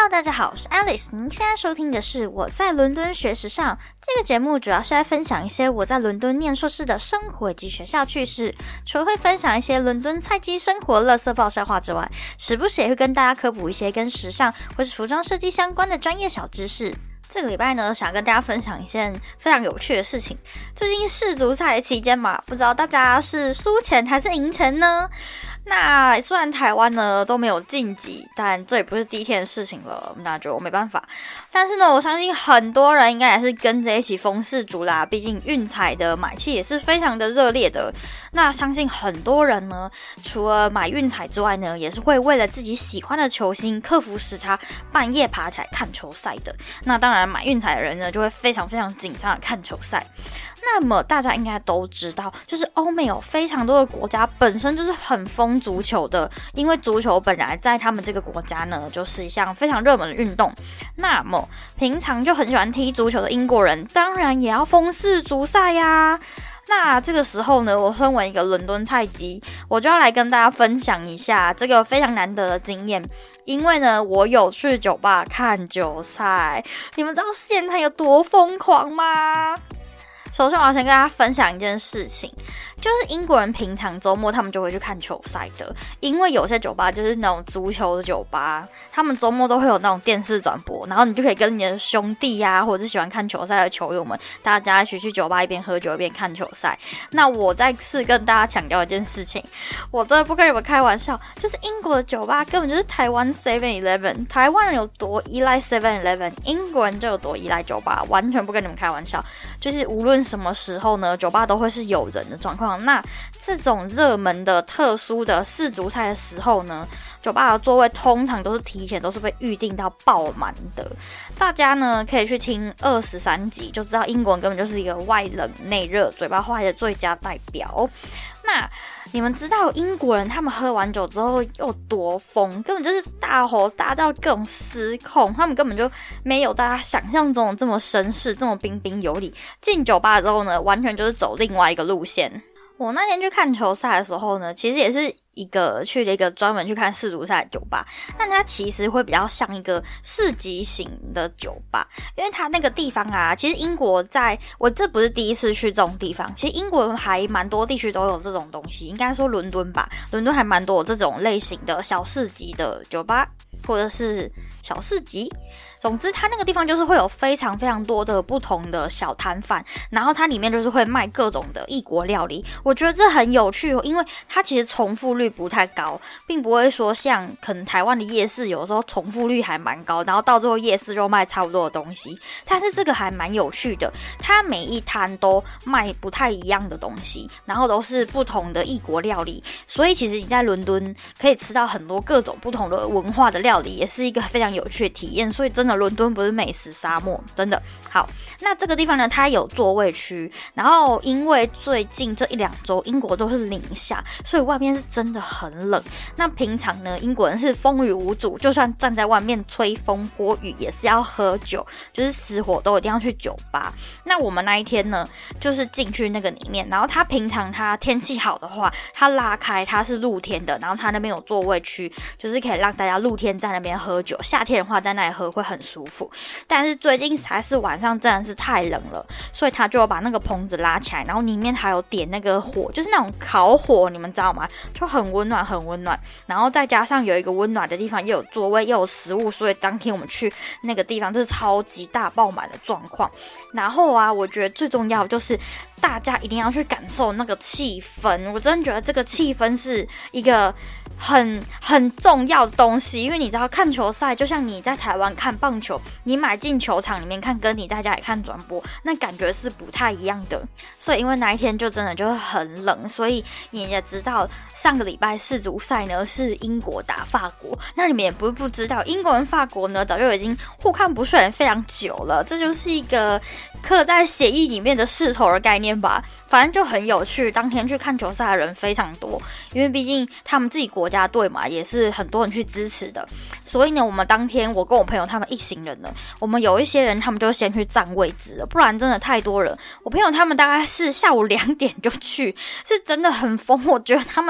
Hello， 大家好，我是 Alice。您现在收听的是我在伦敦学时尚这个节目，主要是在分享一些我在伦敦念硕士的生活以及学校趣事。除了会分享一些伦敦菜鸡生活、垃圾爆笑话之外，时不时也会跟大家科普一些跟时尚或是服装设计相关的专业小知识。这个礼拜呢，想跟大家分享一件非常有趣的事情。最近世足赛期间嘛，不知道大家是输钱还是赢钱呢？那虽然台湾呢都没有晋级，但这也不是第一天的事情了，那就没办法。但是呢，我相信很多人应该也是跟着一起疯世足啦，毕竟运彩的买气也是非常的热烈的。那相信很多人呢，除了买运彩之外呢，也是会为了自己喜欢的球星克服时差，半夜爬起来看球赛的。那当然，买运彩的人呢，就会非常非常紧张的看球赛。那么大家应该都知道，就是欧美有非常多的国家本身就是很疯足球的，因为足球本来在他们这个国家呢，就是一项非常热门的运动。那么平常就很喜欢踢足球的英国人，当然也要疯世足赛呀。那这个时候呢，我身为一个伦敦菜鸡，我就要来跟大家分享一下这个非常难得的经验。因为呢，我有去酒吧看球赛，你们知道现场有多疯狂吗？首先我要先跟大家分享一件事情，就是英国人平常周末他们就会去看球赛的，因为有些酒吧就是那种足球的酒吧，他们周末都会有那种电视转播，然后你就可以跟你的兄弟啊，或者是喜欢看球赛的球友们，大家一起去酒吧一边喝酒一边看球赛。那我再次跟大家强调一件事情，我真的不跟你们开玩笑，就是英国的酒吧根本就是台湾 7-Eleven， 台湾人有多依赖 7-Eleven， 英国人就有多依赖酒吧，完全不跟你们开玩笑，就是无论什么时候呢，酒吧都会是有人的状况。那这种热门的特殊的世足赛的时候呢，酒吧的座位通常都是提前都是被预定到爆满的。大家呢可以去听23集，就知道英国人根本就是一个外冷内热、嘴巴坏的最佳代表。那你们知道英国人他们喝完酒之后有多疯，根本就是大吼大叫各种失控，他们根本就没有大家想象中的这么绅士，这么彬彬有礼。进酒吧之后呢，完全就是走另外一个路线。我那天去看球赛的时候呢，其实也是去了一个专门去看世足赛的酒吧，但它其实会比较像一个市集型的酒吧，因为它那个地方啊，其实英国我这不是第一次去这种地方，其实英国还蛮多地区都有这种东西，应该说伦敦吧，伦敦还蛮多这种类型的小市集的酒吧或者是小市集。总之它那个地方就是会有非常非常多的不同的小摊贩，然后它里面就是会卖各种的异国料理。我觉得这很有趣因为它其实重复率不太高，并不会说像可能台湾的夜市有时候重复率还蛮高，然后到最后夜市就卖差不多的东西。但是这个还蛮有趣的，它每一摊都卖不太一样的东西，然后都是不同的异国料理，所以其实你在伦敦可以吃到很多各种不同的文化的料理，也是一个非常有趣的体验。所以真的伦敦不是美食沙漠，真的。好，那这个地方呢，它有座位区，然后因为最近这1-2周英国都是零下，所以外面是真的很冷。那平常呢，英国人是风雨无阻，就算站在外面吹风拨雨也是要喝酒，就是死火都一定要去酒吧。那我们那一天呢，就是进去那个里面，然后它平常它天气好的话，它拉开它是露天的，然后它那边有座位区，就是可以让大家露天在那边喝酒。夏天的话在那里喝会很舒服，但是最近还是晚上真的是太冷了，所以他就把那个棚子拉起来，然后里面还有点那个火，就是那种烤火，你们知道吗？就很温暖很温暖，然后再加上有一个温暖的地方，又有座位又有食物，所以当天我们去那个地方这是超级大爆满的状况。然后啊，我觉得最重要的就是大家一定要去感受那个气氛，我真的觉得这个气氛是一个很重要的东西。因为你知道看球赛就像你在台湾看棒球，你买进球场里面看跟你在家里看转播那感觉是不太一样的。所以因为那一天就真的就是很冷，所以你也知道上个礼拜世足赛呢是英国打法国，那你们也不知道英国跟法国呢早就已经互看不顺非常久了，这就是一个刻在血液里面的世仇的概念吧。反正就很有趣，当天去看球赛的人非常多，因为毕竟他们自己国家队嘛，也是很多人去支持的。所以呢，我们当天我跟我朋友他们一行人呢，我们有一些人他们就先去占位置了，不然真的太多人。我朋友他们大概是下午2点就去，是真的很疯，我觉得他们真的很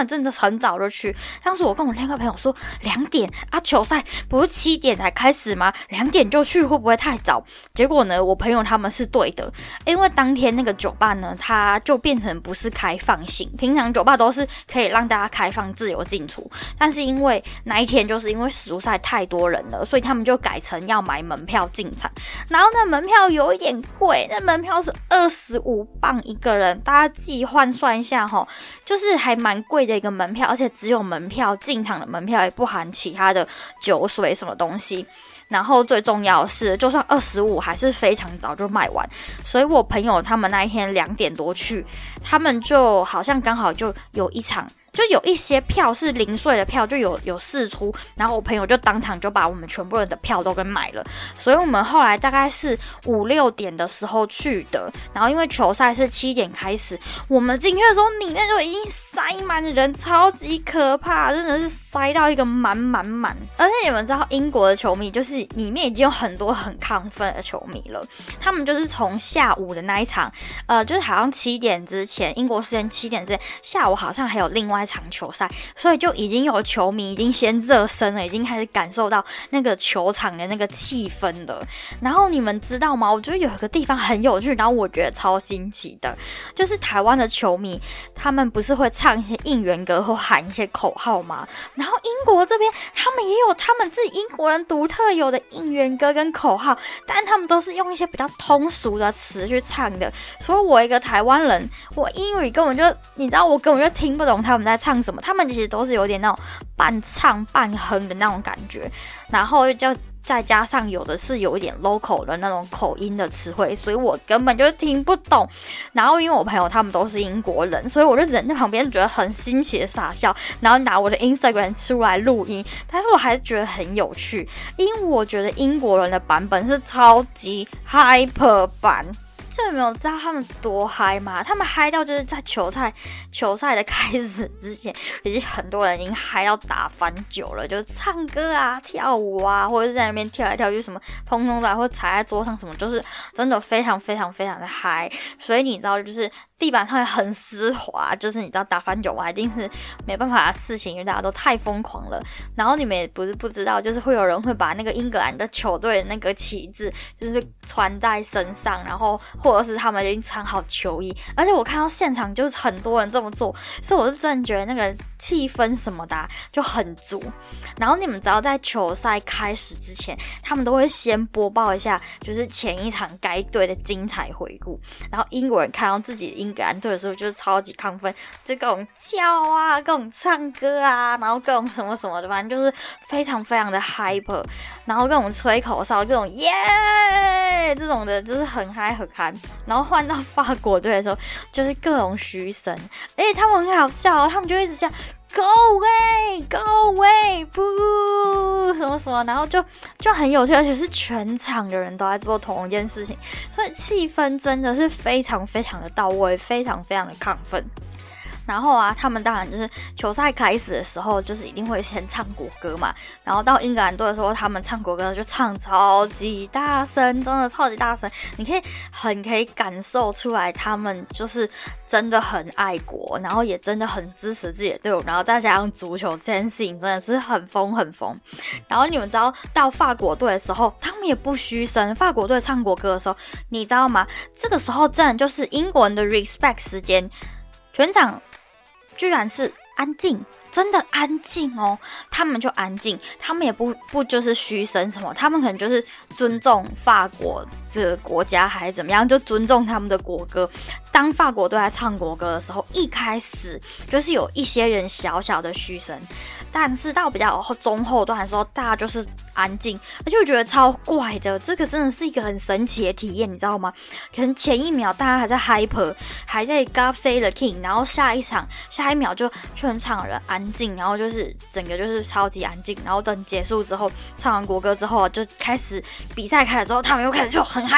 很早就去。当时我跟我另外一个朋友说2点啊，球赛不是7点才开始吗？2点就去会不会太早？结果呢，我朋友他们是对的，因为当天那个酒吧呢，它就变成不是开放性，平常酒吧都是可以让大家开放自由进出，但是因为那一天就是因为世足赛太多人了，所以他们就改成要买门票进场，然后那门票有一点贵，那门票是25磅一个人，大家自己换算一下齁，就是还蛮贵的一个门票，而且只有门票进场的门票，也不含其他的酒水什么东西。然后最重要的是，就算25还是非常早就卖完，所以我朋友他们那一天2点多去，他们就好像刚好就有一场，就有一些票是零碎的票，就有释出，然后我朋友就当场就把我们全部人的票都给买了，所以我们后来大概是5、6点的时候去的，然后因为球赛是7点开始，我们进去的时候里面就已经塞满人，超级可怕，真的是塞到一个满。而且你们知道英国的球迷就是里面已经有很多很亢奋的球迷了，他们就是从下午的那一场就是好像7点之前，英国时间7点之前，下午好像还有另外一场球赛，所以就已经有球迷已经先热身了，已经开始感受到那个球场的那个气氛了。然后你们知道吗？我觉得有一个地方很有趣，然后我觉得超新奇的，就是台湾的球迷他们不是会唱一些应援歌或喊一些口号吗？然后英国这边他们也有他们自己英国人独特有的应援歌跟口号，但他们都是用一些比较通俗的词去唱的，所以我一个台湾人，我英语根本就，你知道我根本就听不懂他们在唱什么，他们其实都是有点那种半唱半哼的那种感觉，然后就再加上有的是有一点 local 的那种口音的词汇，所以我根本就听不懂。然后因为我朋友他们都是英国人，所以我就人在旁边觉得很新奇的傻笑，然后拿我的 Instagram 出来录音，但是我还是觉得很有趣，因为我觉得英国人的版本是超级 hyper 版。就有没有知道他们多嗨吗？他们嗨到就是在球赛的开始之前，已经很多人已经嗨到打翻酒了，就是唱歌啊、跳舞啊，或者是在那边跳来跳去什么，通通的，或者踩在桌上什么，就是真的非常非常非常的嗨。所以你知道，就是地板上很丝滑，就是你知道打翻酒吧一定是没办法的事情，因为大家都太疯狂了。然后你们也不是不知道，就是会有人会把那个英格兰的球队的那个旗帜就是穿在身上，然后或者是他们已经穿好球衣，而且我看到现场就是很多人这么做，所以我是真的觉得那个气氛什么的就很足。然后你们知道在球赛开始之前，他们都会先播报一下就是前一场该队的精彩回顾，然后英国人看到自己的英格兰队的时候就是超级亢奋，就各种叫啊，各种唱歌啊，然后各种什么什么的，反正就是非常非常的 hyper， 然后各种吹口哨，各种耶这种的，就是很嗨很嗨。然后换到法国队的时候，就是各种嘘声，而且他们很好笑哦，他们就一直叫 Go away Go away 不什么什么，然后就很有趣，而且是全场的人都在做同一件事情，所以气氛真的是非常非常的到位，非常非常的亢奋。然后啊，他们当然就是球赛开始的时候，就是一定会先唱国歌嘛。然后到英格兰队的时候，他们唱国歌就唱超级大声，真的超级大声。你可以感受出来，他们就是真的很爱国，然后也真的很支持自己的队伍。然后再加上足球这件事情真的是很疯很疯。然后你们知道到法国队的时候，他们也不嘘声。法国队唱国歌的时候，你知道吗？这个时候真的就是英国人的 respect 时间，全场居然是安静，真的安静哦，他们就安静，他们也不就是嘘声什么，他们可能就是尊重法国这个国家还是怎么样，就尊重他们的国歌。当法国队在唱国歌的时候，一开始就是有一些人小小的嘘声，但是到比较中后段的时候，大家就是安静，而且我觉得超怪的，这个真的是一个很神奇的体验，你知道吗？可能前一秒大家还在 hyper， 还在 God Save the King， 然后下一秒就全场人安静，然后就是整个就是超级安静，然后等结束之后，唱完国歌之后就开始比赛开始之后，他们又开始就很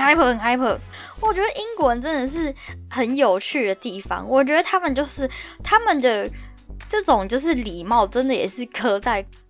hyper。我觉得英国人真的是很有趣的地方，我觉得他们的这种就是礼貌，真的也是刻在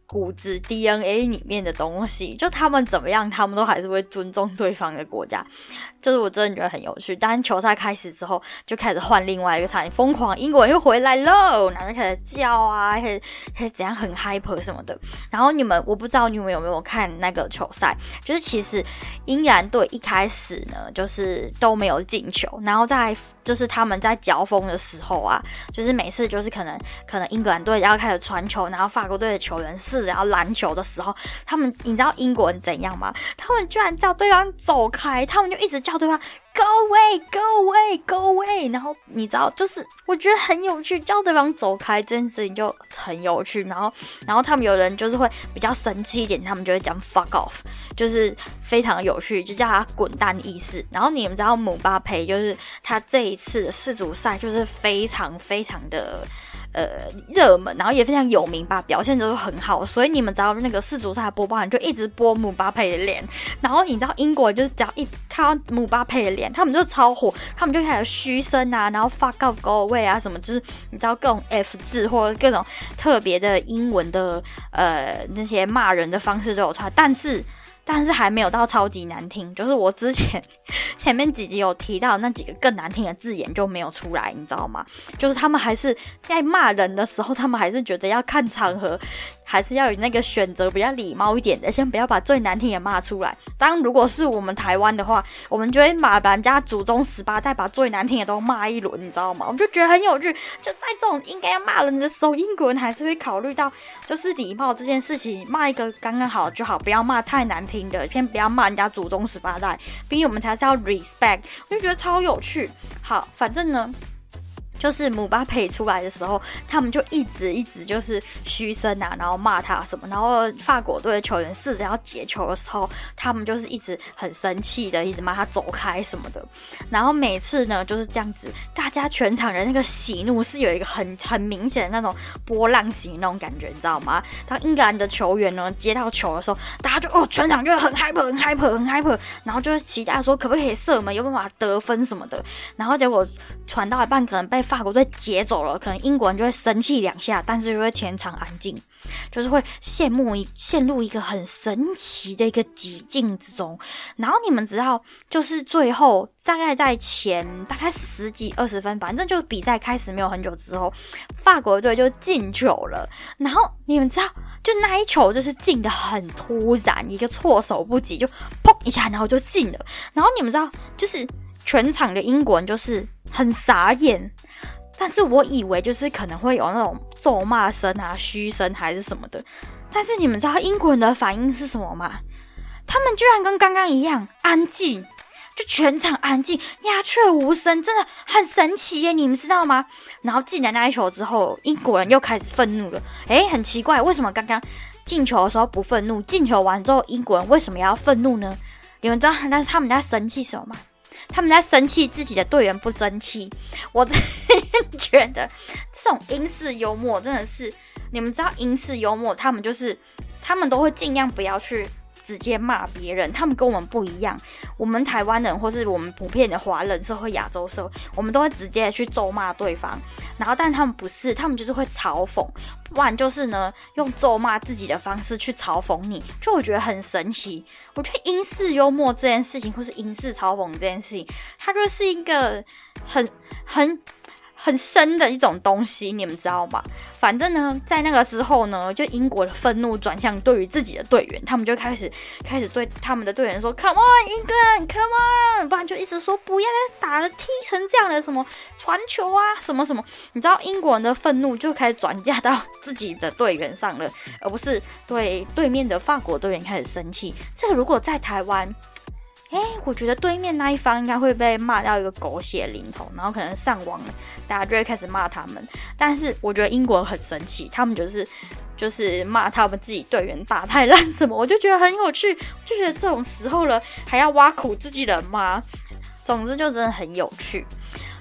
骨子 DNA 里面的东西，就他们怎么样，他们都还是会尊重对方的国家，就是我真的觉得很有趣。但球赛开始之后，就开始换另外一个场景，疯狂英国人又回来喽，然后就开始叫啊，开始怎样很 hyper 什么的。然后我不知道你们有没有看那个球赛，就是其实英格兰队一开始呢，就是都没有进球，然后就是他们在交锋的时候啊，就是每次就是可能英格兰队要开始传球，然后法国队的球员试着要拦球的时候，你知道英国人怎样吗？他们居然叫对方走开，他们就一直叫对方 Go away, go away, go away。然后你知道，就是我觉得很有趣，叫对方走开这件事情就很有趣。然后他们有人就是会比较生气一点，他们就会讲 fuck off， 就是非常有趣，就叫他滚蛋的意思。然后你们知道姆巴佩就是他这一次的世足赛就是非常非常的热门，然后也非常有名吧，表现都很好，所以你们知道那个世足赛的播报员就一直播姆巴佩的脸，然后你知道英国就是只要一看到姆巴佩的脸，他们就超火，他们就开始嘘声啊，然后 fuck off go away 啊什么，就是你知道各种 F 字或者各种特别的英文的那些骂人的方式都有出来，但是还没有到超级难听，就是我之前前面几集有提到那几个更难听的字眼就没有出来，你知道吗？就是他们还是在骂人的时候，他们还是觉得要看场合，还是要有那个选择比较礼貌一点的，先不要把最难听的骂出来。当然如果是我们台湾的话，我们就会把人家祖宗18代把最难听的都骂一轮，你知道吗？我就觉得很有趣，就在这种应该要骂人的时候，英国人还是会考虑到就是礼貌这件事情，骂一个刚刚好就好，不要骂太难听的，偏不要骂人家祖宗18代，毕竟我们才是要 respect， 我就觉得超有趣。好，反正呢就是姆巴佩出来的时候，他们就一直就是嘘声啊，然后骂他什么，然后法国队的球员试着要截球的时候，他们就是一直很生气的，一直骂他走开什么的。然后每次呢就是这样子，大家全场的那个喜怒是有一个很明显的那种波浪形那种感觉，你知道吗？当英格兰的球员呢接到球的时候，大家就全场就很 hyper， 然后就是期待说可不可以射门，有办法得分什么的。然后结果传到一半，可能被法国队截走了，可能英国人就会生气2下，但是就会全场安静，就是会陷入一个很神奇的一个寂静之中。然后你们知道，就是最后大概在前大概10几20分，反正就比赛开始没有很久之后，法国队就进球了。然后你们知道，就那一球就是进的很突然，一个措手不及，就砰一下，然后就进了。然后你们知道，就是全场的英国人就是很傻眼。但是我以为就是可能会有那种咒骂声啊、嘘声还是什么的，但是你们知道英国人的反应是什么吗？他们居然跟刚刚一样安静，就全场安静，鸦雀无声，真的很神奇耶，你们知道吗？然后进了那一球之后，英国人又开始愤怒了。很奇怪，为什么刚刚进球的时候不愤怒，进球完之后英国人为什么要愤怒呢？你们知道他们在生气什么吗？他们在生气自己的队员不争气。我真的觉得这种英式幽默真的是，你们知道英式幽默他们都会尽量不要去直接骂别人，他们跟我们不一样。我们台湾人或是我们普遍的华人社会、亚洲社会，我们都会直接去咒骂对方，然后但他们不是，他们就是会嘲讽，不然就是呢用咒骂自己的方式去嘲讽你，就我觉得很神奇。我觉得英式幽默这件事情，或是英式嘲讽这件事情，它就是一个很深的一种东西，你们知道吗？反正呢，在那个之后呢，就英国的愤怒转向对于自己的队员，他们就开始对他们的队员说 Come on England Come on， 不然就一直说不要再打了，踢成这样的什么传球啊什么什么。你知道英国人的愤怒就开始转嫁到自己的队员上了，而不是对对面的法国队员开始生气。这个如果在台湾，我觉得对面那一方应该会被骂到一个狗血淋头，然后可能上网大家就会开始骂他们。但是我觉得英国人很生气，他们就是骂他们自己队员打太烂什么，我就觉得很有趣，就觉得这种时候了还要挖苦自己人吗？总之就真的很有趣。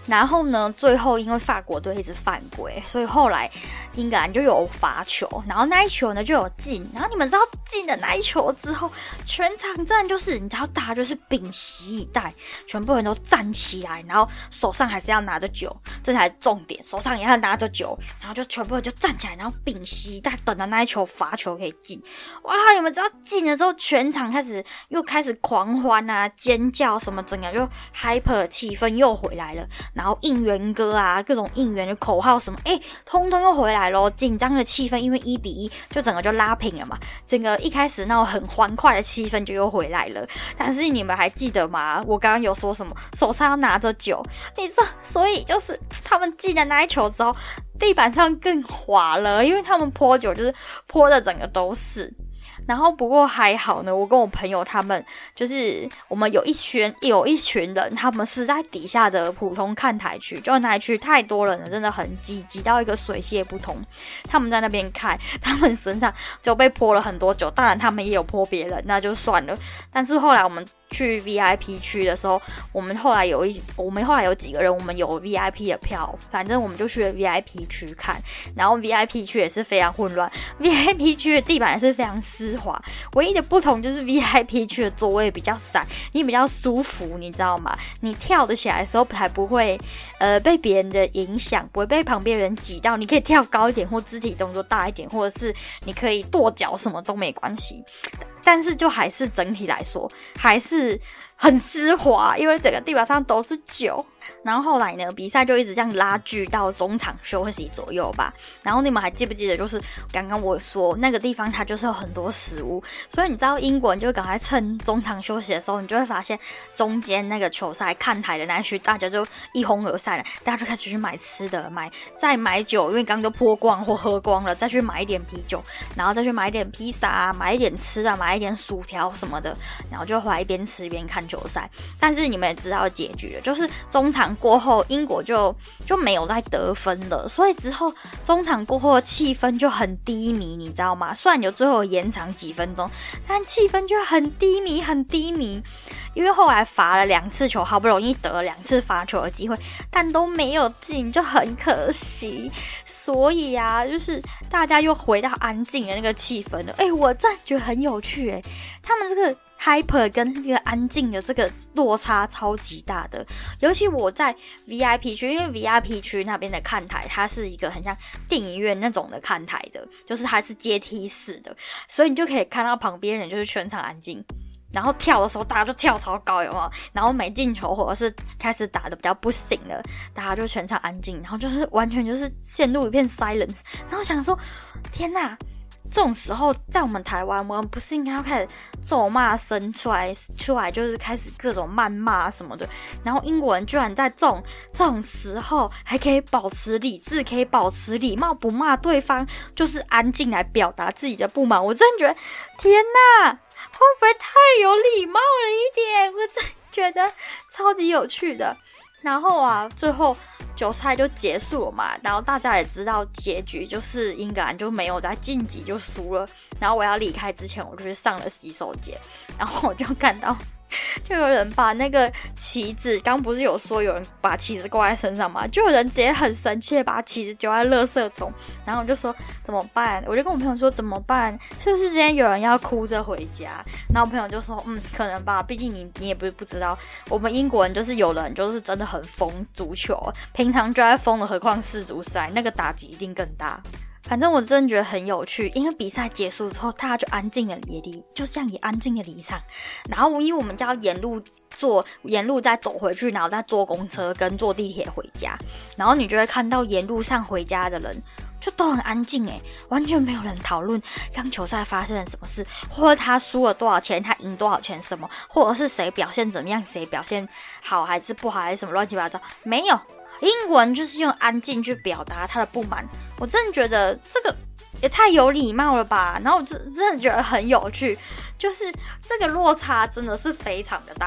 然后呢，最后因为法国队一直犯规，所以后来英格兰就有罚球，然后那一球呢就有进。然后你们知道进了那一球之后，全场真的就是你知道大家就是屏息以待，全部人都站起来，然后手上还是要拿着酒，这才是重点，手上也要拿着酒，然后就全部人就站起来，然后屏息以待，等着那一球罚球可以进。哇！你们知道进了之后，全场又开始狂欢啊，尖叫什么，整个就 hyper 气氛又回来了。然后应援歌啊，各种应援的口号什么，通通又回来咯。紧张的气氛因为1-1就整个就拉平了嘛，整个一开始那种很欢快的气氛就又回来了。但是你们还记得吗？我刚刚有说什么手上要拿着酒，你知道，所以就是他们进了那一球之后，地板上更滑了，因为他们泼酒就是泼的整个都是。然后不过还好呢，我跟我朋友他们就是我们有一群人，他们是在底下的普通看台区，就那一区太多人了，真的很挤到一个水泄不通。他们在那边看，他们身上就被泼了很多酒，当然他们也有泼别人，那就算了。但是后来我们去 VIP 区的时候，我们后来有几个人，我们有 VIP 的票，反正我们就去了 VIP 区看。然后 VIP 区也是非常混乱， VIP 区的地板也是非常丝滑，唯一的不同就是 VIP 区的座位比较散，你比较舒服，你知道吗？你跳得起来的时候才不会被别人的影响，不会被旁边人挤到，你可以跳高一点或肢体动作大一点，或者是你可以跺脚，什么都没关系。但是就还是整体来说还是很湿滑，因为整个地板上都是酒。然后后来呢，比赛就一直这样拉锯到中场休息左右吧。然后你们还记不记得，就是刚刚我说那个地方它就是有很多食物，所以你知道英国人就赶快趁中场休息的时候，你就会发现中间那个球赛看台的那一区大家就一哄而散了，大家就开始去买吃的，再买酒，因为刚刚都泼光或喝光了，再去买一点啤酒，然后再去买一点披萨啊，买一点吃的，买一点薯条什么的，然后就回来一边吃一边看球赛。但是你们也知道结局了，就是中场过后英国就没有再得分了，所以之后中场过后的气氛就很低迷，你知道吗？虽然有最后延长几分钟，但气氛就很低迷，因为后来罚了2次球，好不容易得了2次罚球的机会，但都没有进，就很可惜。所以啊，就是大家又回到安静的那个气氛了。我真的觉得很有趣他们这个hyper 跟这个安静的这个落差超级大的，尤其我在 VIP 区，因为 VIP 区那边的看台它是一个很像电影院那种的看台的，就是它是阶梯式的，所以你就可以看到旁边人就是全场安静，然后跳的时候大家就跳超高，有没有？然后没进球或者是开始打的比较不行了，大家就全场安静，然后就是完全就是陷入一片 silence。 然后想说天哪，这种时候在我们台湾，我们不是应该要开始咒骂声出来，就是开始各种谩骂什么的，然后英国人居然在这种时候还可以保持理智，可以保持礼貌，不骂对方，就是安静来表达自己的不满。我真的觉得天哪，会不会太有礼貌了一点？我真的觉得超级有趣的。然后啊，最后球赛就结束了嘛，然后大家也知道结局，就是英格兰就没有再晋级，就输了。然后我要离开之前，我就去上了洗手间，然后我就看到就有人把那个旗子，刚不是有说有人把旗子挂在身上吗？就有人直接很生气的把旗子丢在垃圾桶，然后我就说怎么办？我就跟我朋友说怎么办？是不是今天有人要哭着回家？然后我朋友就说可能吧，毕竟你也不知道，我们英国人就是有人就是真的很疯足球，平常就在疯了，何况世足赛那个打击一定更大。反正我真的觉得很有趣，因为比赛结束之后，大家就安静的就这样也安静的离场。然后因为我们就要沿路再走回去，然后再坐公车跟坐地铁回家。然后你就会看到沿路上回家的人就都很安静完全没有人讨论刚球赛发生了什么事，或者他输了多少钱，他赢多少钱什么，或者是谁表现怎么样，谁表现好还是不好，还是什么乱七八糟，没有。英国人就是用安静去表达他的不满，我真的觉得这个也太有礼貌了吧。然后我真的觉得很有趣，就是这个落差真的是非常的大。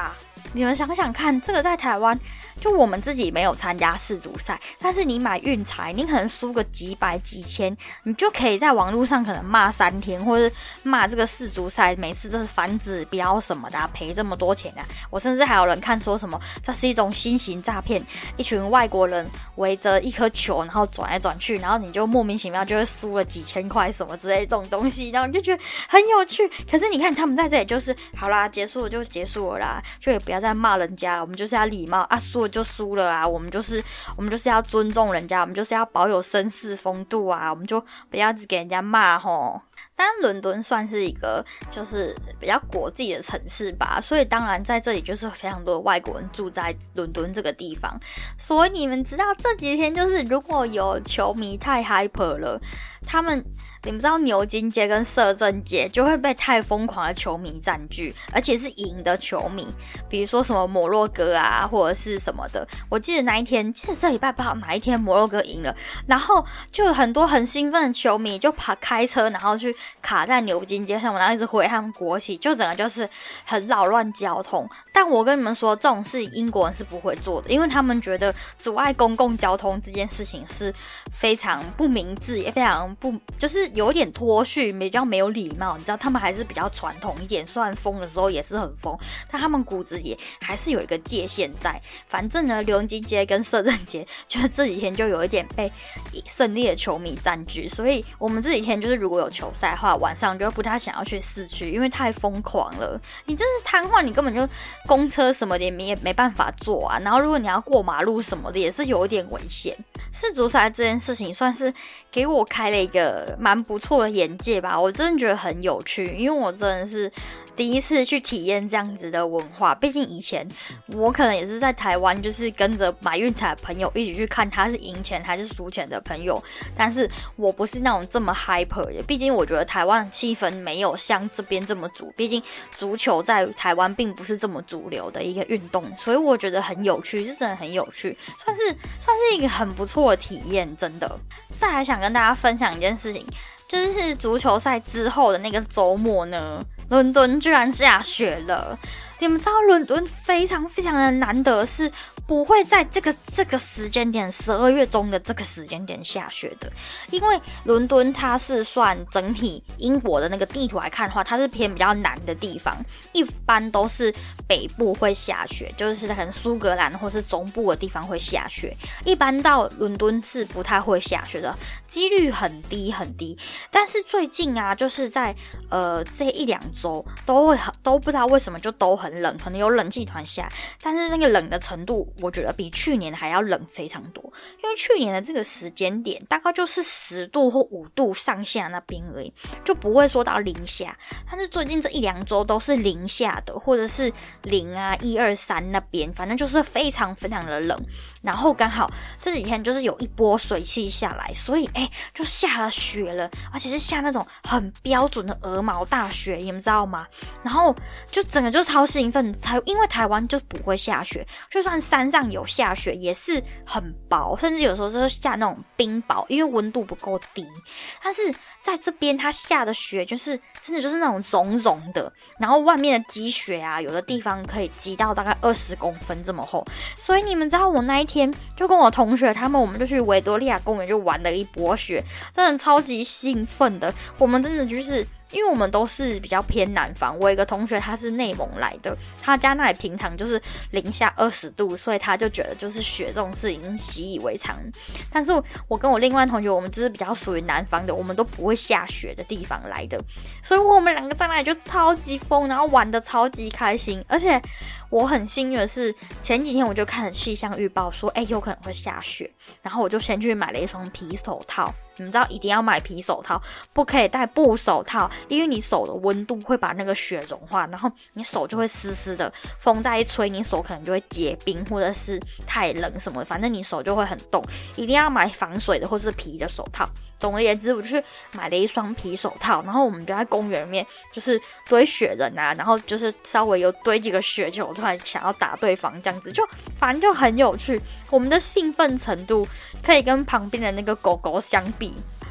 你们想想看，这个在台湾，就我们自己没有参加世足赛，但是你买运彩，你可能输个几百几千，你就可以在网络上可能骂3天，或者骂这个世足赛每次都是反指标什么的赔这么多钱啊。我甚至还有人看说什么这是一种新型诈骗，一群外国人围着一颗球然后转来转去，然后你就莫名其妙就会输了几千块什么之类这种东西，然后你就觉得很有趣。可是你看他们在这里就是好啦，结束了就结束了啦，就也不要再骂人家了，我们就是要礼貌啊，输了就输了啊，我们就是要尊重人家，我们就是要保有绅士风度啊，我们就不要只给人家骂吼。当然伦敦算是一个就是比较国际的城市吧，所以当然在这里就是非常多的外国人住在伦敦这个地方。所以你们知道这几天就是如果有球迷太 hyper 了，你们知道牛津街跟摄政街就会被太疯狂的球迷占据，而且是赢的球迷，比如说什么摩洛哥啊或者是什么的。我记得那一天，记得这礼拜不知道哪一天摩洛哥赢了，然后就有很多很兴奋的球迷就开车然后去卡在牛津街上，然后一直挥他们国旗，就整个就是很扰乱交通。但我跟你们说，这种事英国人是不会做的，因为他们觉得阻碍公共交通这件事情是非常不明智，也非常就是有点脱序，比较没有礼貌。你知道他们还是比较传统一点，虽然疯的时候也是很疯，但他们骨子也还是有一个界限在。反正呢，牛津街跟摄政街就是这几天就有一点被胜利的球迷占据，所以我们这几天就是如果有球赛的话，晚上就不太想要去市区，因为太疯狂了。你就是瘫痪，你根本就公车什么的也没办法坐啊。然后如果你要过马路什么的，也是有一点危险。世足赛这件事情算是给我开了一个蛮不错的眼界吧，我真的觉得很有趣，因为我真的是第一次去体验这样子的文化。毕竟以前我可能也是在台湾，就是跟着买运彩的朋友一起去看他是赢钱还是输钱的朋友，但是我不是那种这么 hyper 的。毕竟我觉得台湾的气氛没有像这边这么足，毕竟足球在台湾并不是这么主流的一个运动，所以我觉得很有趣，是真的很有趣，算是一个很不错的体验，真的。再来想跟大家分享一件事情，就是足球赛之后的那个周末呢，伦敦居然下雪了。你们知道伦敦非常非常的难得是不会在这个时间点12月中的这个时间点下雪的，因为伦敦它是算整体英国的那个地图来看的话，它是偏比较南的地方，一般都是北部会下雪，就是可能苏格兰或是中部的地方会下雪，一般到伦敦是不太会下雪的，几率很低很低。但是最近啊，就是在这1-2周都不知道为什么就都很冷，可能有冷气团下，但是那个冷的程度我觉得比去年还要冷非常多，因为去年的这个时间点大概就是10度或5度上下那边而已，就不会说到零下。但是最近这1-2周都是零下的，或者是0啊1、2、3那边，反正就是非常非常的冷。然后刚好这几天就是有一波水汽下来，所以就下了雪了，而且是下那种很标准的鹅毛大雪，你们知道吗？然后就整个就超兴奋，因为台湾就不会下雪，就算山上有下雪也是很薄，甚至有时候就是下那种冰雹，因为温度不够低。但是在这边它下的雪就是真的就是那种绒绒的，然后外面的积雪啊，有的地方可以积到大概20公分这么厚。所以你们知道我那一天就跟我同学我们就去维多利亚公园就玩了一波雪，真的超级兴奋的。我们真的就是因为我们都是比较偏南方，我有一个同学他是内蒙来的，他家那里平常就是零下20度，所以他就觉得就是雪这种事已经习以为常。但是我跟我另外同学，我们就是比较属于南方的，我们都不会下雪的地方来的，所以我们两个在那里就超级疯，然后玩的超级开心。而且我很幸运的是，前几天我就看了气象预报说有可能会下雪，然后我就先去买了一双皮手套。你们知道一定要买皮手套，不可以戴布手套，因为你手的温度会把那个雪融化，然后你手就会湿湿的，风再一吹你手可能就会结冰，或者是太冷什么的，反正你手就会很冻，一定要买防水的或是皮的手套。总而言之，我就去买了一双皮手套，然后我们就在公园里面就是堆雪人啊，然后就是稍微有堆几个雪球，突然想要打对方这样子，就反正就很有趣。我们的兴奋程度可以跟旁边的那个狗狗相比。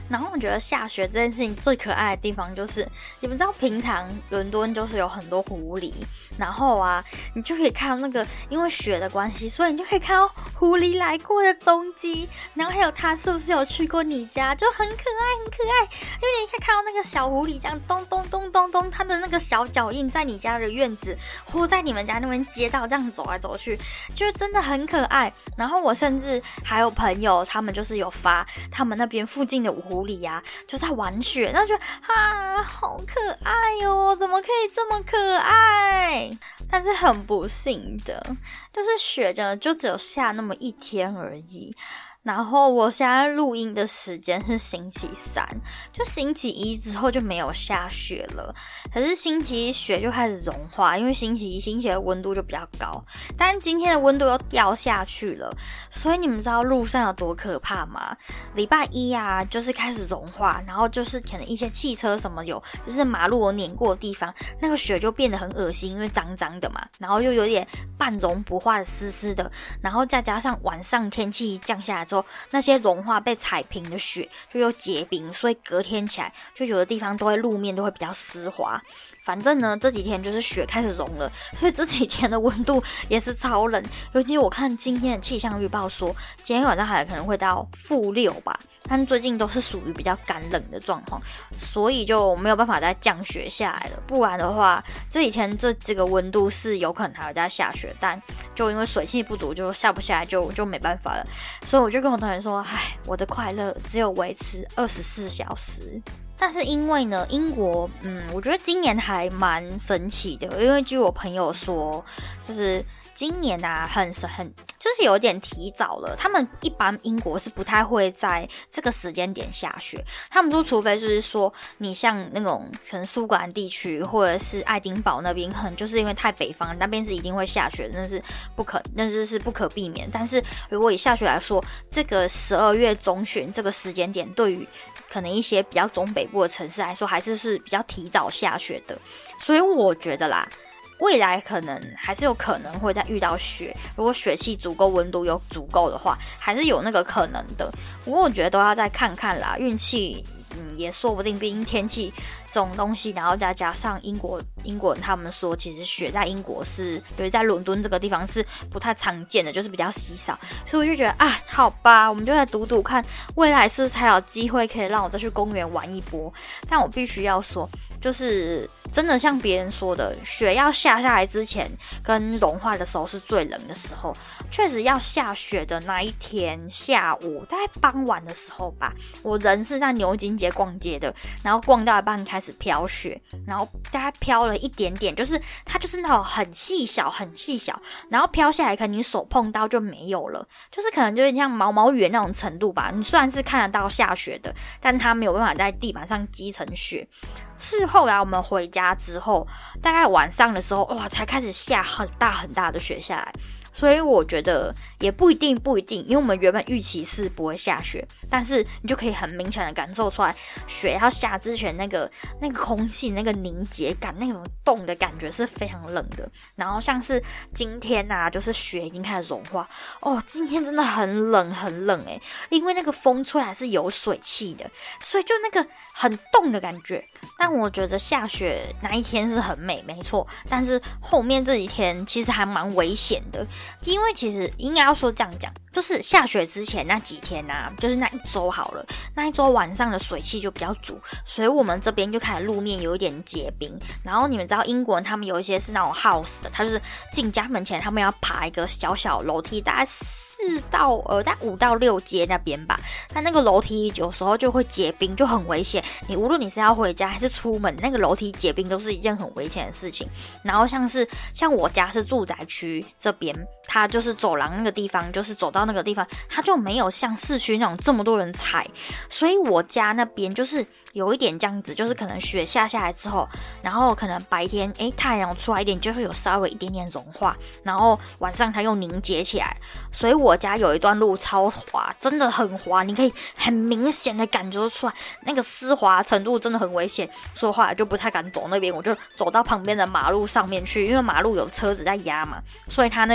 然后我觉得下雪这件事情最可爱的地方就是，你们知道平常伦敦就是有很多狐狸，然后啊，你就可以看到那个因为雪的关系，所以你就可以看到狐狸来过的踪迹，然后还有它是不是有去过你家，就很可爱很可爱，因为你可以看到那个小狐狸这样咚咚咚咚咚，它的那个小脚印在你家的院子或在你们家那边街道这样走来走去，就是真的很可爱。然后我甚至还有朋友他们就是有发他们那边附近的狐狸啊就在玩雪，然后觉得啊好可爱哦，怎么可以这么可爱？但是很不幸的就是雪真的就只有下那么一天而已。然后我现在录音的时间是星期三，就星期一之后就没有下雪了，可是星期一雪就开始融化，因为星期一、星期二温度就比较高，但今天的温度又掉下去了，所以你们知道路上有多可怕吗？礼拜一啊就是开始融化，然后就是可能一些汽车什么就是马路有碾过的地方，那个雪就变得很恶心，因为脏脏的嘛，然后又有点半融不化的湿湿的，然后再加上晚上天气降下来之后，那些融化被踩平的雪就又结冰，所以隔天起来就有的地方路面都会比较湿滑。反正呢这几天就是雪开始融了，所以这几天的温度也是超冷，尤其我看今天的气象预报说今天晚上还可能会到-6吧，但最近都是属于比较干冷的状况，所以就没有办法再降雪下来了，不然的话这几天这个温度是有可能还会再下雪，但就因为水汽不足就下不下来，就没办法了。所以我就跟我同学说，唉，我的快乐只有维持24小时。但是因为呢，英国，我觉得今年还蛮神奇的，因为据我朋友说，就是今年啊，就是有点提早了。他们一般英国是不太会在这个时间点下雪，他们说除非就是说你像那种可能苏格兰地区或者是爱丁堡那边，可能就是因为太北方，那边是一定会下雪，那是不可避免。但是如果以下雪来说，这个12月中旬这个时间点，对于可能一些比较中北部的城市来说，还是比较提早下雪的。所以我觉得啦，未来可能还是有可能会再遇到雪，如果雪气足够，温度又足够的话，还是有那个可能的。不过我觉得都要再看看啦，运气也说不定，毕竟天气这种东西，然后再加上英国人他们说，其实雪在英国是，尤其在伦敦这个地方是不太常见的，就是比较稀少，所以我就觉得啊，好吧，我们就来赌赌看，未来是才有机会可以让我再去公园玩一波。但我必须要说，就是真的像别人说的，雪要下来之前跟融化的时候是最冷的时候，确实要下雪的那一天下午大概傍晚的时候吧，我人是在牛津街逛街的，然后逛到一半开始飘雪，然后大概飘了一点点，就是它就是那种很细小，然后飘下来可能你手碰到就没有了，就是可能就是像毛毛雨的那种程度吧。你虽然是看得到下雪的，但它没有办法在地板上积成雪。事后我们回家之后，大概晚上的时候，哇，才开始下很大的雪下来。所以我觉得也不一定，因为我们原本预期是不会下雪，但是你就可以很明显的感受出来，雪要下之前那个空气那个凝结感，那种冻的感觉是非常冷的。然后像是今天啊，就是雪已经开始融化哦，今天真的很冷欸，因为那个风出来是有水汽的，所以就那个很冻的感觉。但我觉得下雪那一天是很美，没错，但是后面这几天其实还蛮危险的。因为其实应该要说这样讲，就是下雪之前那几天啊，就是那一周好了，那一周晚上的水汽就比较足，所以我们这边就开始路面有一点结冰。然后你们知道英国人他们有一些是那种 house 的，他就是进家门前他们要爬一个小小楼梯，大概大概5到6阶那边吧，但那个楼梯有时候就会结冰，就很危险。你无论你是要回家还是出门，那个楼梯结冰都是一件很危险的事情。然后像我家是住宅区这边，它就是走廊那个地方，就是走到那个地方，它就没有像市区那种这么多人踩，所以我家那边就是有一点这样子，就是可能雪下来之后，然后可能白天太阳出来一点，就会有稍微一点点融化，然后晚上它又凝结起来，所以我家有一段路超滑，真的很滑，你可以很明显的感觉出来那个湿滑程度真的很危险，所以后来就不太敢走那边，我就走到旁边的马路上面去，因为马路有车子在压嘛，所以它那边就是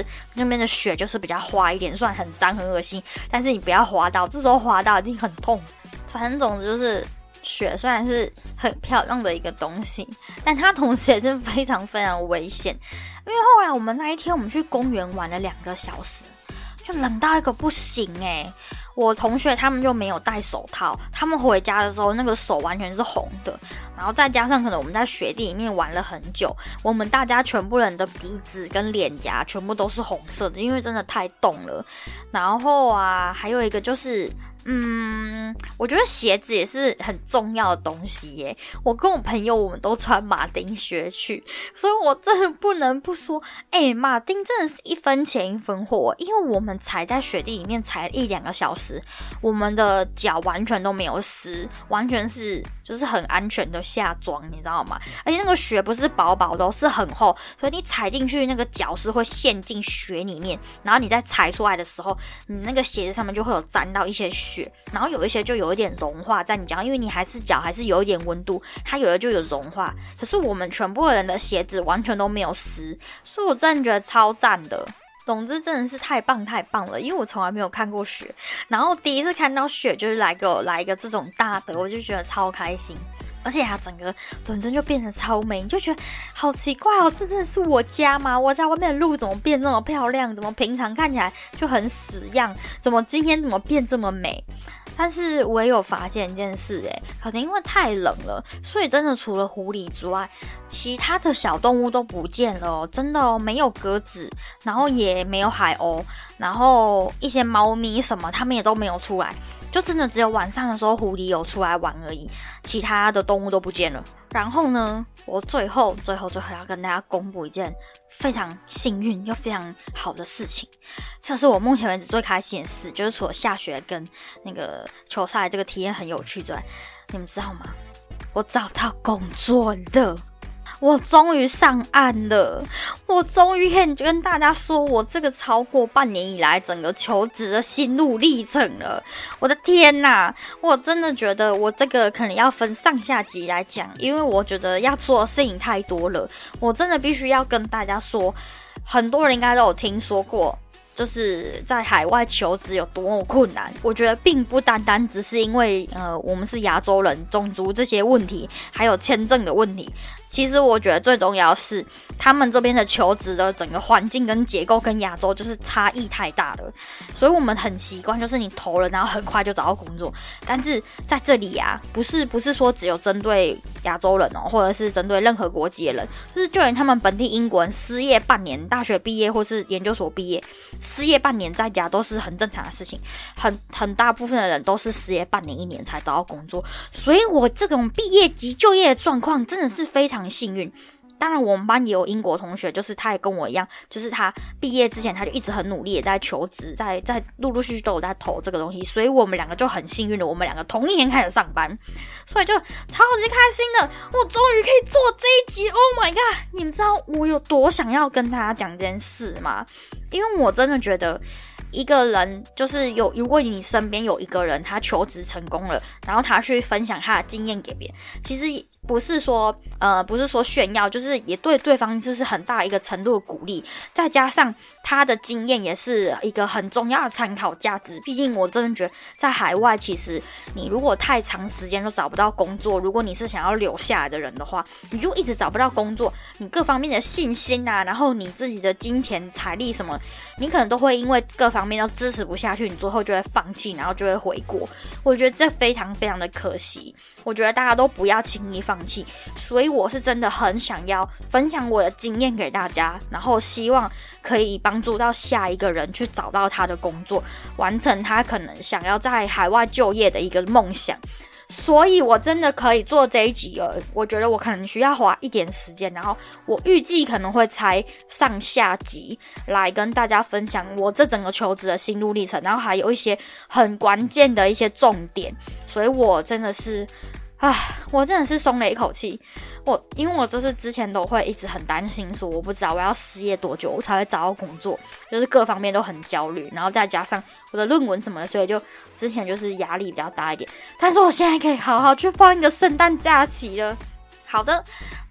那边的雪就是比较滑一点，虽然很脏很恶心，但是你不要滑到，这时候滑到一定很痛。反正总之就是雪虽然是很漂亮的一个东西，但它同时也是非常非常危险。因为后来我们那一天我们去公园玩了2个小时，就冷到一个不行我同学他们就没有戴手套，他们回家的时候那个手完全是红的，然后再加上可能我们在雪地里面玩了很久，我们大家全部人的鼻子跟脸颊全部都是红色的，因为真的太冻了。然后还有一个就是我觉得鞋子也是很重要的东西耶。我跟我朋友我们都穿马丁靴去，所以我真的不能不说，马丁真的是1分钱1分货，因为我们踩在雪地里面踩1-2个小时，我们的脚完全都没有湿，完全是就是很安全的下装，你知道吗？而且那个雪不是薄薄的，是很厚，所以你踩进去那个脚是会陷进雪里面，然后你再踩出来的时候，你那个鞋子上面就会有沾到一些雪，然后有一些就有一点融化在你脚上，因为你脚还是有一点温度，它有的就有融化。可是我们全部人的鞋子完全都没有湿，所以我真的觉得超赞的。总之真的是太棒了，因为我从来没有看过雪，然后第一次看到雪就是来一个这种大的，我就觉得超开心。而且它整个伦敦就变得超美，你就觉得好奇怪这真的是我家吗？我家外面的路怎么变这么漂亮？怎么平常看起来就很死样？怎么今天怎么变这么美？但是我也有发现一件事可能因为太冷了，所以真的除了狐狸之外，其他的小动物都不见了真的没有鸽子，然后也没有海鸥，然后一些猫咪什么它们也都没有出来，就真的只有晚上的时候狐狸有出来玩而已，其他的动物都不见了。然后呢，我最后要跟大家公布一件非常幸运又非常好的事情，这是我目前为止最开心的事，就是除了下雪跟那个球赛这个体验很有趣之外，你们知道吗？我找到工作了。我终于上岸了，我终于可以跟大家说我这个超过半年以来整个求职的心路历程了。我的天哪，我真的觉得我这个可能要分上下集来讲，因为我觉得要做的事情太多了。我真的必须要跟大家说，很多人应该都有听说过，就是在海外求职有多么困难。我觉得并不单单只是因为我们是亚洲人，种族这些问题，还有签证的问题。其实我觉得最重要的是他们这边的求职的整个环境跟结构跟亚洲就是差异太大了，所以我们很习惯就是你投了然后很快就找到工作。但是在这里不是说只有针对亚洲人或者是针对任何国籍的人，就是就连他们本地英国人失业半年，大学毕业或是研究所毕业失业半年在家都是很正常的事情，很大部分的人都是失业半年1年才找到工作。所以我这种毕业及就业的状况真的是非常幸运。当然我们班也有英国同学，就是他也跟我一样，就是他毕业之前他就一直很努力也在求职，在陆陆续续都有在投这个东西，所以我们2个就很幸运的，我们2个同一年开始上班，所以就超级开心的，我终于可以做这一集。 Oh my god， 你们知道我有多想要跟大家讲这件事吗？因为我真的觉得一个人就是如果你身边有一个人他求职成功了，然后他去分享他的经验给别人，其实不是说炫耀，就是也对对方就是很大一个程度的鼓励，再加上他的经验也是一个很重要的参考价值。毕竟我真的觉得在海外，其实你如果太长时间都找不到工作，如果你是想要留下来的人的话，你就一直找不到工作，你各方面的信心然后你自己的金钱财力什么，你可能都会因为各方面都支持不下去，你最后就会放弃，然后就会回国。我觉得这非常非常的可惜，我觉得大家都不要轻易放弃。所以我是真的很想要分享我的经验给大家，然后希望可以帮助到下一个人去找到他的工作，完成他可能想要在海外就业的一个梦想。所以我真的可以做这一集了，我觉得我可能需要花一点时间，然后我预计可能会拆上下集来跟大家分享我这整个求职的心路历程，然后还有一些很关键的一些重点。所以我真的是我真的是松了一口气。因为我就是之前都会一直很担心说我不知道我要失业多久我才会找到工作，就是各方面都很焦虑，然后再加上我的论文什么的，所以就之前就是压力比较大一点。但是我现在可以好好去放一个圣诞假期了。好的，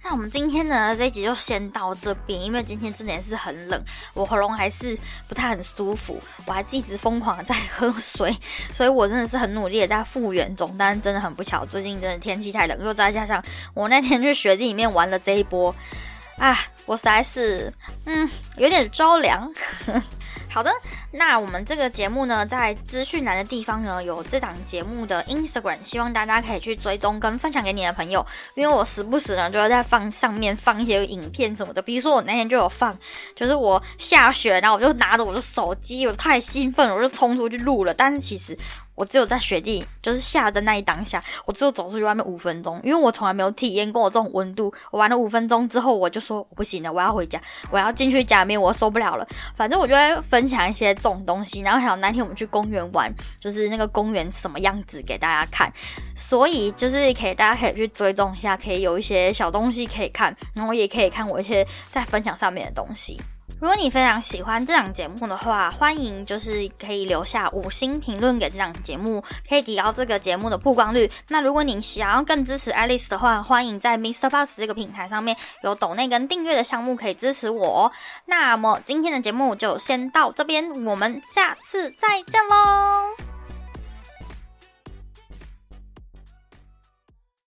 那我们今天呢这一集就先到这边，因为今天真的也是很冷，我喉咙还是不太很舒服，我还是一直疯狂的在喝水，所以我真的是很努力的在复原中，但是真的很不巧，最近真的天气太冷，又再加上我那天去雪地里面玩了这一波啊，我实在是有点着凉。好的，那我们这个节目呢，在资讯栏的地方呢，有这档节目的 Instagram， 希望大家可以去追踪跟分享给你的朋友，因为我时不时呢就会在上面放一些影片什么的，比如说我那天就有放，就是我下雪，然后我就拿着我的手机，我太兴奋了，我就冲出去录了，但是其实我只有在雪地，就是下的那一当下，我只有走出去外面5分钟，因为我从来没有体验过这种温度。我玩了5分钟之后，我就说我不行了，我要回家，我要进去家里面，我受不了了。反正我就会分享一些这种东西，然后还有那天我们去公园玩，就是那个公园什么样子给大家看，所以就是大家可以去追踪一下，可以有一些小东西可以看，然后也可以看我一些在分享上面的东西。如果你非常喜欢这档节目的话，欢迎就是可以留下5星评论给这档节目，可以提高这个节目的曝光率。那如果你想要更支持 Alice 的话，欢迎在 MixerBox 这个平台上面有抖内跟订阅的项目可以支持我哦。那么今天的节目就先到这边，我们下次再见咯。